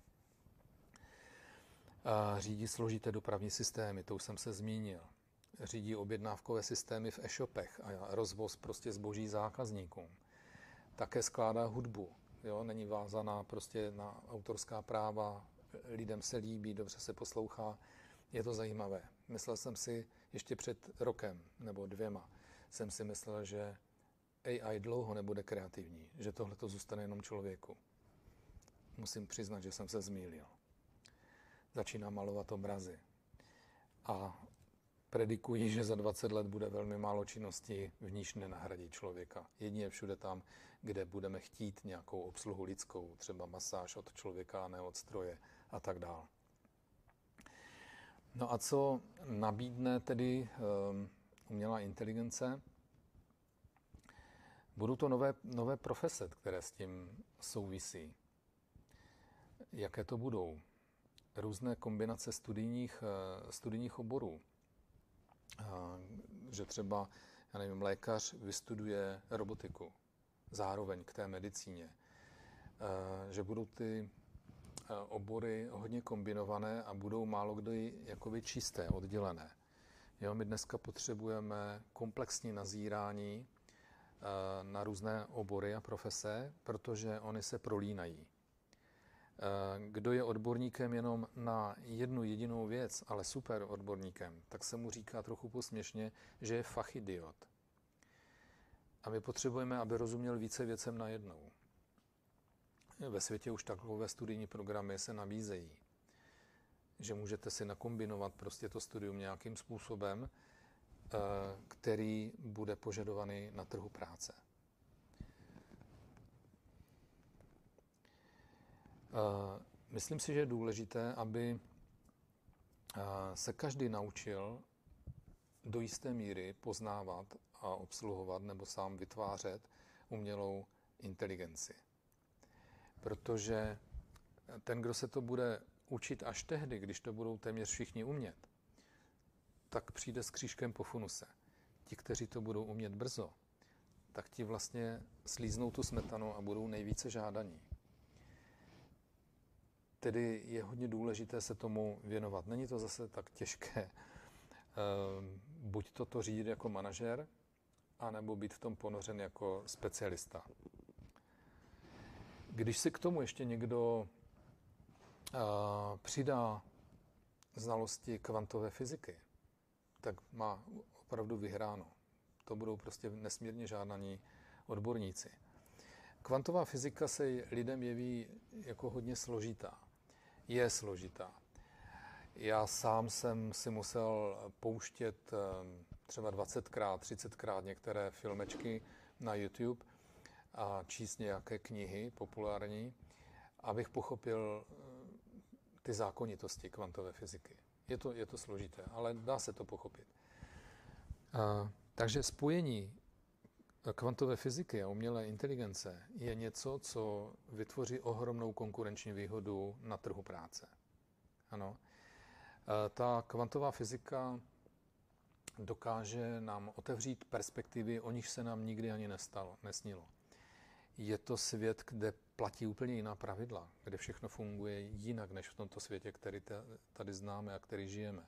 Řídí složité dopravní systémy, to už jsem se zmínil. Řídí objednávkové systémy v e-shopech a rozvoz prostě zboží zákazníkům. Také skládá hudbu, jo? Není vázaná prostě na autorská práva, lidem se líbí, dobře se poslouchá. Je to zajímavé. Myslel jsem si ještě před rokem nebo 2, jsem si myslel, že AI dlouho nebude kreativní, že tohle to zůstane jenom člověku. Musím přiznat, že jsem se zmýlil. Začíná malovat obrazy. A predikují, že za 20 let bude velmi málo činností, v níž nenahradí člověka. Jedině všude tam, kde budeme chtít nějakou obsluhu lidskou, třeba masáž od člověka a ne od stroje a tak dále. No a co nabídne tedy umělá inteligence? Budou to nové profese, které s tím souvisí. Jaké to budou? Různé kombinace studijních oborů. Že třeba, já nevím, lékař vystuduje robotiku zároveň k té medicíně. Že budou ty obory hodně kombinované a budou málo kdy jakoby čisté, oddělené. Jo, my dneska potřebujeme komplexní nazírání na různé obory a profese, protože oni se prolínají. Kdo je odborníkem jenom na jednu jedinou věc, ale super odborníkem, tak se mu říká trochu posměšně, že je fachidiot. A my potřebujeme, aby rozuměl více věcem najednou. Ve světě už takové studijní programy se nabízejí, že můžete si nakombinovat prostě to studium nějakým způsobem, který bude požadovaný na trhu práce. Myslím si, že je důležité, aby se každý naučil do jisté míry poznávat a obsluhovat nebo sám vytvářet umělou inteligenci. Protože ten, kdo se to bude učit až tehdy, když to budou téměř všichni umět, tak přijde s křížkem po funuse. Ti, kteří to budou umět brzo, tak ti vlastně slíznou tu smetanu a budou nejvíce žádaní. Tedy je hodně důležité se tomu věnovat. Není to zase tak těžké. Buď to řídit jako manažer, anebo být v tom ponořen jako specialista. Když si k tomu ještě někdo přidá znalosti kvantové fyziky, tak má opravdu vyhráno. To budou prostě nesmírně žádaní odborníci. Kvantová fyzika se lidem jeví jako hodně složitá. Je složitá. Já sám jsem si musel pouštět třeba 20krát, 30krát některé filmečky na YouTube a číst nějaké knihy populární, abych pochopil ty zákonitosti kvantové fyziky. Je to složité, ale dá se to pochopit. Takže spojení kvantové fyziky a umělé inteligence je něco, co vytvoří ohromnou konkurenční výhodu na trhu práce. Ano. Ta kvantová fyzika dokáže nám otevřít perspektivy, o nich se nám nikdy ani nesnilo. Je to svět, kde platí úplně jiná pravidla, kde všechno funguje jinak, než v tomto světě, který tady známe a který žijeme.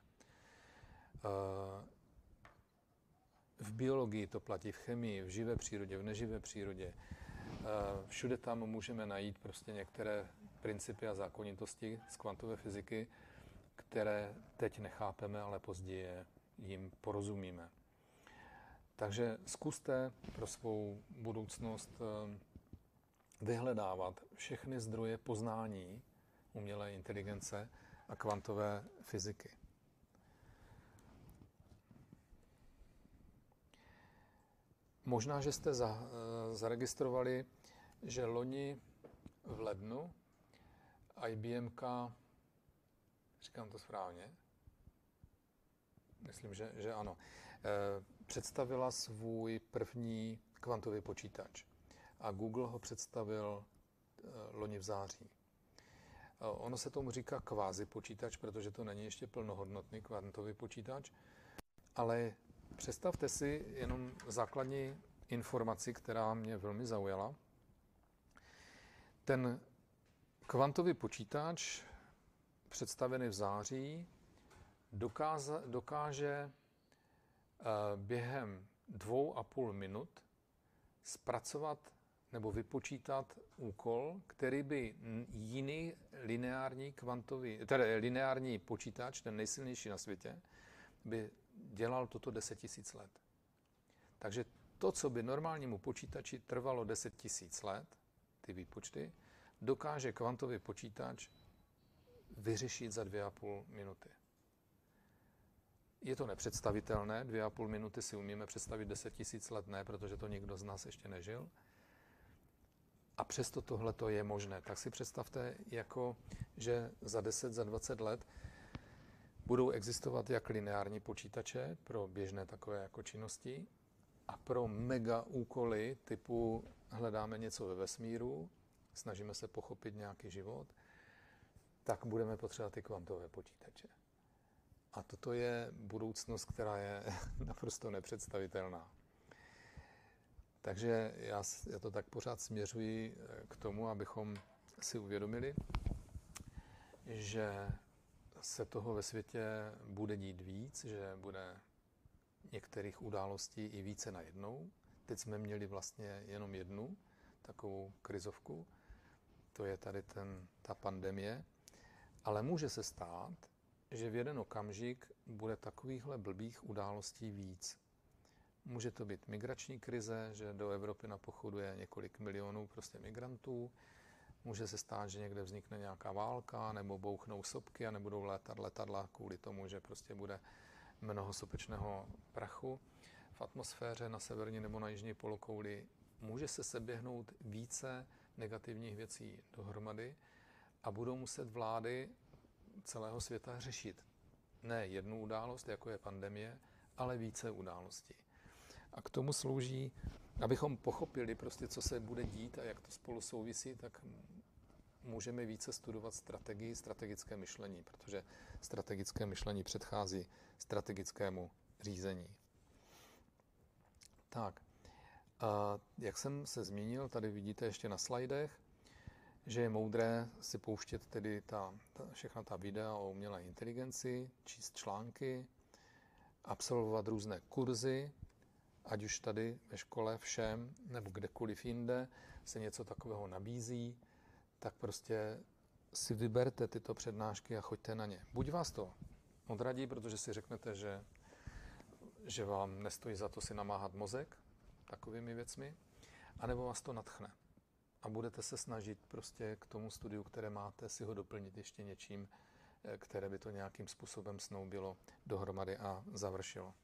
V biologii to platí, v chemii, v živé přírodě, v neživé přírodě. Všude tam můžeme najít prostě některé principy a zákonitosti z kvantové fyziky, které teď nechápeme, ale později jim porozumíme. Takže zkuste pro svou budoucnost vyhledávat všechny zdroje poznání umělé inteligence a kvantové fyziky. Možná, že jste zaregistrovali, že loni v lednu IBM, říkám to správně, myslím, že ano, představila svůj první kvantový počítač a Google ho představil loni v září. Ono se tomu říká kvázi počítač, protože to není ještě plnohodnotný kvantový počítač, ale představte si jenom základní informaci, která mě velmi zaujala. Ten kvantový počítač, představený v září, dokáže během 2,5 minut zpracovat nebo vypočítat úkol, který by jiný lineární počítač, ten nejsilnější na světě, by dělal toto 10 000 let. Takže to, co by normálnímu počítači trvalo 10 000 let, ty výpočty, dokáže kvantový počítač vyřešit za 2,5 minuty. Je to nepředstavitelné, 2,5 minuty si umíme představit, 10 000 let ne, protože to nikdo z nás ještě nežil. A přesto tohle to je možné. Tak si představte, že za 10, za 20 let budou existovat jak lineární počítače pro běžné takové jako činnosti a pro mega úkoly typu hledáme něco ve vesmíru, snažíme se pochopit nějaký život, tak budeme potřebovat ty kvantové počítače. A toto je budoucnost, která je naprosto nepředstavitelná. Takže já to tak pořád směřuji k tomu, abychom si uvědomili, že se toho ve světě bude dít víc, že bude některých událostí i více najednou. Teď jsme měli vlastně jenom jednu takovou krizovku, to je tady ta pandemie, ale může se stát, že v jeden okamžik bude takovýchhle blbých událostí víc. Může to být migrační krize, že do Evropy napochoduje několik milionů prostě migrantů. Může se stát, že někde vznikne nějaká válka, nebo bouchnou sopky a nebudou létat letadla kvůli tomu, že prostě bude mnoho sopečného prachu v atmosféře na severní nebo na jižní polokouli. Může se seběhnout více negativních věcí dohromady a budou muset vlády celého světa řešit ne jednu událost, jako je pandemie, ale více událostí. A k tomu slouží, abychom pochopili prostě, co se bude dít a jak to spolu souvisí, tak můžeme více studovat strategii, strategické myšlení, protože strategické myšlení předchází strategickému řízení. Tak, a jak jsem se zmínil, tady vidíte ještě na slajdech, že je moudré si pouštět tedy všechna ta videa o umělé inteligenci, číst články, absolvovat různé kurzy, ať už tady ve škole všem, nebo kdekoliv jinde se něco takového nabízí, tak prostě si vyberte tyto přednášky a choďte na ně. Buď vás to odradí, protože si řeknete, že vám nestojí za to si namáhat mozek takovými věcmi, anebo vás to nadchne. A budete se snažit prostě k tomu studiu, které máte, si ho doplnit ještě něčím, které by to nějakým způsobem snoubilo dohromady a završilo.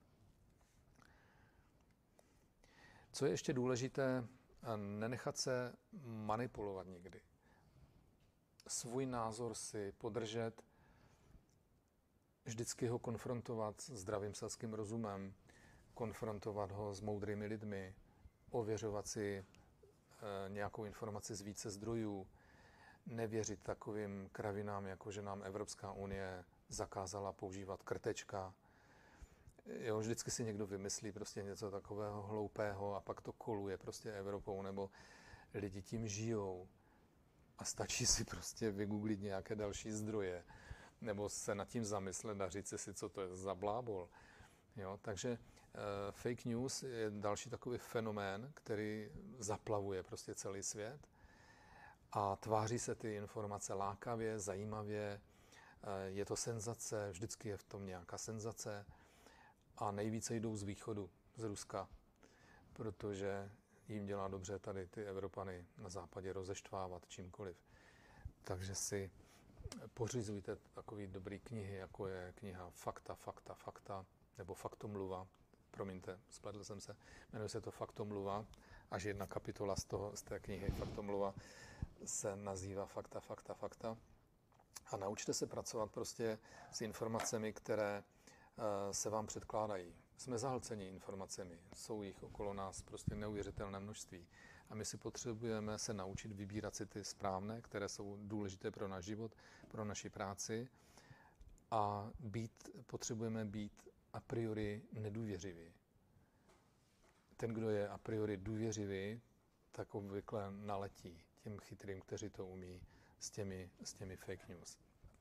Co je ještě důležité, nenechat se manipulovat nikdy. Svůj názor si podržet, vždycky ho konfrontovat s zdravým selským rozumem, konfrontovat ho s moudrými lidmi, ověřovat si nějakou informaci z více zdrojů, nevěřit takovým kravinám, jako že nám Evropská unie zakázala používat krtečka. Jo, vždycky si někdo vymyslí prostě něco takového hloupého a pak to koluje prostě Evropou, nebo lidi tím žijou a stačí si prostě vygooglit nějaké další zdroje, nebo se nad tím zamyslet a říct si, co to je za blábol. Jo, takže fake news je další takový fenomén, který zaplavuje prostě celý svět a tváří se ty informace lákavě, zajímavě, je to senzace, vždycky je v tom nějaká senzace a nejvíce jdou z východu, z Ruska, protože jim dělá dobře tady ty Evropany na západě rozeštvávat čímkoliv. Takže si pořizujte takové dobré knihy, jako je kniha Fakta, nebo Faktomluva. Promiňte, spletl jsem se. Jmenuje se to Faktomluva, až jedna kapitola z té knihy Faktomluva se nazývá Fakta. A naučte se pracovat prostě s informacemi, které se vám předkládají. Jsme zahlceni informacemi, jsou jich okolo nás prostě neuvěřitelné množství. A my si potřebujeme se naučit vybírat si ty správné, které jsou důležité pro náš život, pro naši práci. A potřebujeme být a priori nedůvěřivý. Ten, kdo je a priori důvěřivý, tak obvykle naletí těm chytrým, kteří to umí, s těmi fake news.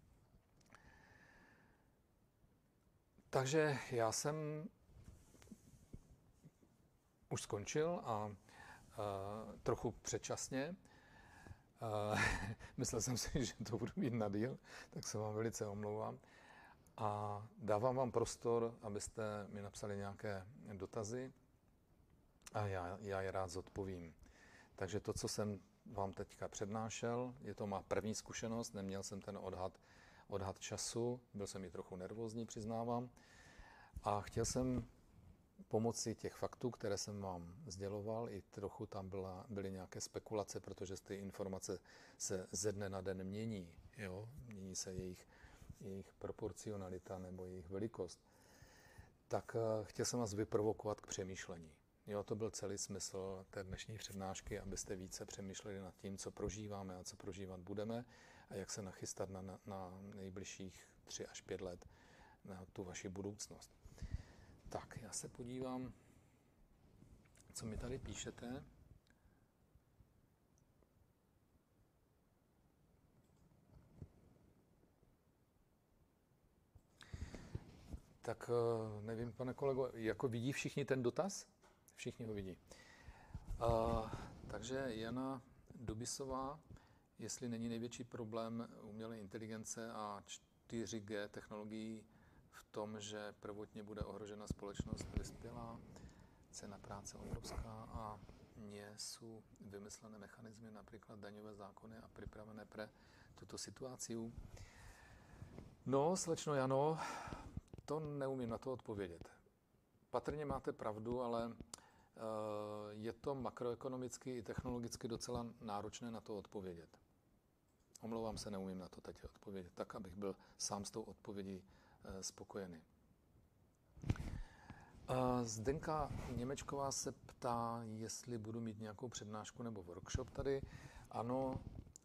Takže já jsem už skončil a trochu předčasně. Myslel jsem si, že to budu mít na díl, tak se vám velice omlouvám. A dávám vám prostor, abyste mi napsali nějaké dotazy a já je rád zodpovím. Takže to, co jsem vám teďka přednášel, je to má první zkušenost, neměl jsem ten odhad času, byl jsem i trochu nervózní, přiznávám. A chtěl jsem pomocí těch faktů, které jsem vám sděloval, i trochu tam byly nějaké spekulace, protože ty informace se ze dne na den mění. Jo? Mění se jejich proporcionalita nebo jejich velikost. Tak chtěl jsem vás vyprovokovat k přemýšlení. Jo, to byl celý smysl té dnešní přednášky, abyste více přemýšleli nad tím, co prožíváme a co prožívat budeme a jak se nachystat na nejbližších 3 až 5 let na tu vaši budoucnost. Tak, já se podívám, co mi tady píšete. Tak nevím, pane kolego, jako vidí všichni ten dotaz? Všichni ho vidí. Takže Jana Dobisová, jestli není největší problém umělé inteligence a 4G technologií v tom, že prvotně bude ohrožena společnost vyspělá, cena práce obrovská a nie sú vymyslené mechanizmy, napríklad daňové zákony a pripravené pre túto situáciu? No, slečno Jano, to neumím na to odpovědět. Patrně máte pravdu, ale je to makroekonomicky i technologicky docela náročné na to odpovědět. Omlouvám se, neumím na to teď odpovědět, tak, abych byl sám s tou odpovědí spokojený. Zdenka Němečková se ptá, jestli budu mít nějakou přednášku nebo workshop tady. Ano,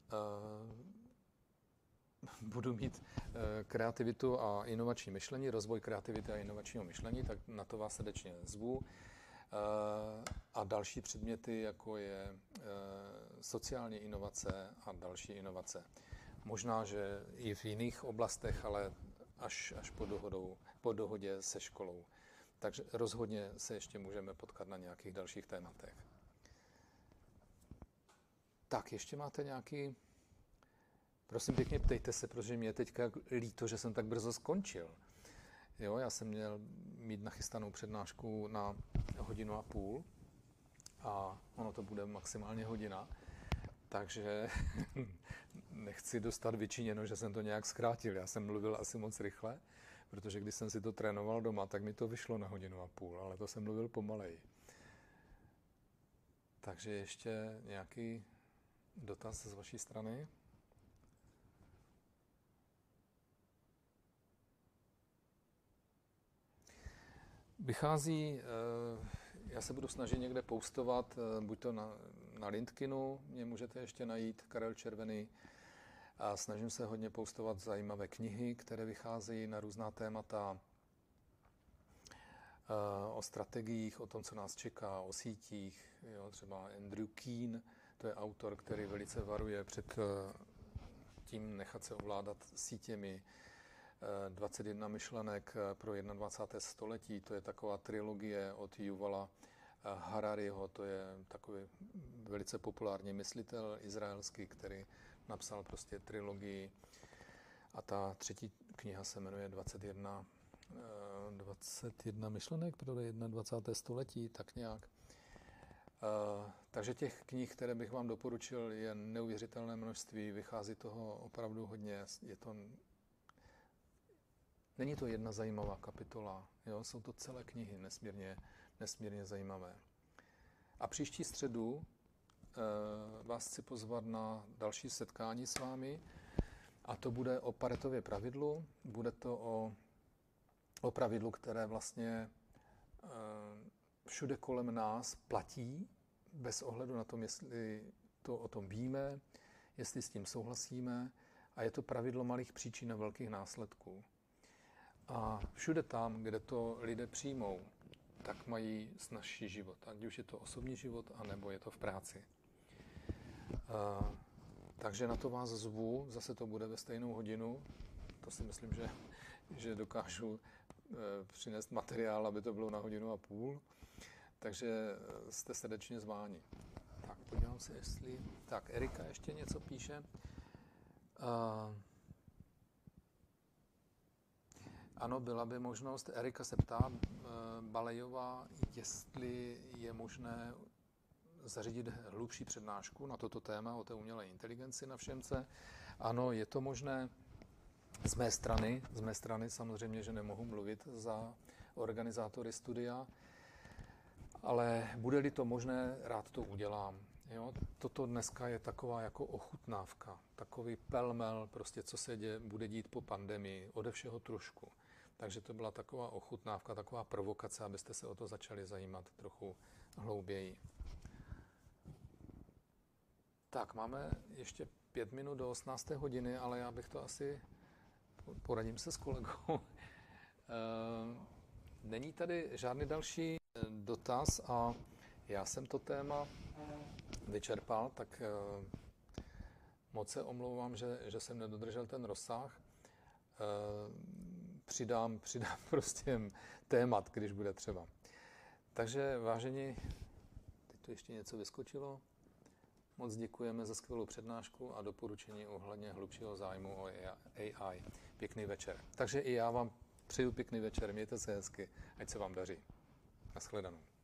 budu mít kreativitu a inovační myšlení, rozvoj kreativity a inovačního myšlení, tak na to vás srdečně zvu. A další předměty, jako je sociální inovace a další inovace. Možná, že i v jiných oblastech, ale až po dohodě se školou. Takže rozhodně se ještě můžeme potkat na nějakých dalších tématech. Tak, ještě máte nějaký... Prosím pěkně, ptejte se, protože mě je teďka líto, že jsem tak brzo skončil. Jo, já jsem měl mít nachystanou přednášku na 1,5 hodiny a ono to bude maximálně hodina, takže nechci dostat vyčiněno, že jsem to nějak zkrátil. Já jsem mluvil asi moc rychle, protože když jsem si to trénoval doma, tak mi to vyšlo na 1,5 hodiny, ale to jsem mluvil pomaleji. Takže ještě nějaký dotaz z vaší strany? Vychází, já se budu snažit někde postovat, buď to na LinkedInu, mě můžete ještě najít, Karel Červený, a snažím se hodně postovat zajímavé knihy, které vycházejí na různá témata, o strategiích, o tom, co nás čeká, o sítích. Jo, třeba Andrew Keen, to je autor, který velice varuje před tím nechat se ovládat sítěmi. 21 myšlenek pro 21. století, to je taková trilogie od Yuvala Harariho, to je takový velice populární myslitel izraelský, který napsal prostě trilogii a ta třetí kniha se jmenuje 21 myšlenek pro 21. století, tak nějak. Takže těch knih, které bych vám doporučil, je neuvěřitelné množství, vychází toho opravdu hodně, není to jedna zajímavá kapitola, jo? Jsou to celé knihy nesmírně zajímavé. A příští středu vás chci pozvat na další setkání s vámi a to bude o Paretově pravidlu. Bude to o pravidlu, které vlastně všude kolem nás platí, bez ohledu na tom, jestli to o tom víme, jestli s tím souhlasíme. A je to pravidlo malých příčin a velkých následků. A všude tam, kde to lidé přijmou, tak mají snazší život. Ať už je to osobní život, anebo je to v práci. Takže na to vás zvu, zase to bude ve stejnou hodinu. To si myslím, že dokážu přinést materiál, aby to bylo na 1,5 hodiny. Takže jste srdečně zváni. Tak, podívám se, jestli... Tak, Erika ještě něco píše. Ano, byla by možnost. Erika se ptá, Balejová, jestli je možné zařídit hlubší přednášku na toto téma o té umělé inteligenci na Všemce. Ano, je to možné. Z mé strany samozřejmě, že nemohu mluvit za organizátory studia, ale bude-li to možné, rád to udělám. Jo? Toto dneska je taková jako ochutnávka, takový pelmel, prostě co se bude dít po pandemii, ode všeho trošku. Takže to byla taková ochutnávka, taková provokace, abyste se o to začali zajímat trochu hlouběji. Tak, máme ještě 5 minut do 18. hodiny, ale já bych to asi... Poradím se s kolegou. Není tady žádný další dotaz a já jsem to téma vyčerpal, tak moc se omlouvám, že jsem nedodržel ten rozsah. Přidám prostě témat, když bude třeba. Takže vážení, teď tu ještě něco vyskočilo. Moc děkujeme za skvělou přednášku a doporučení ohledně hlubšího zájmu o AI. Pěkný večer. Takže i já vám přeju pěkný večer, mějte se hezky, ať se vám daří. Nashledanou.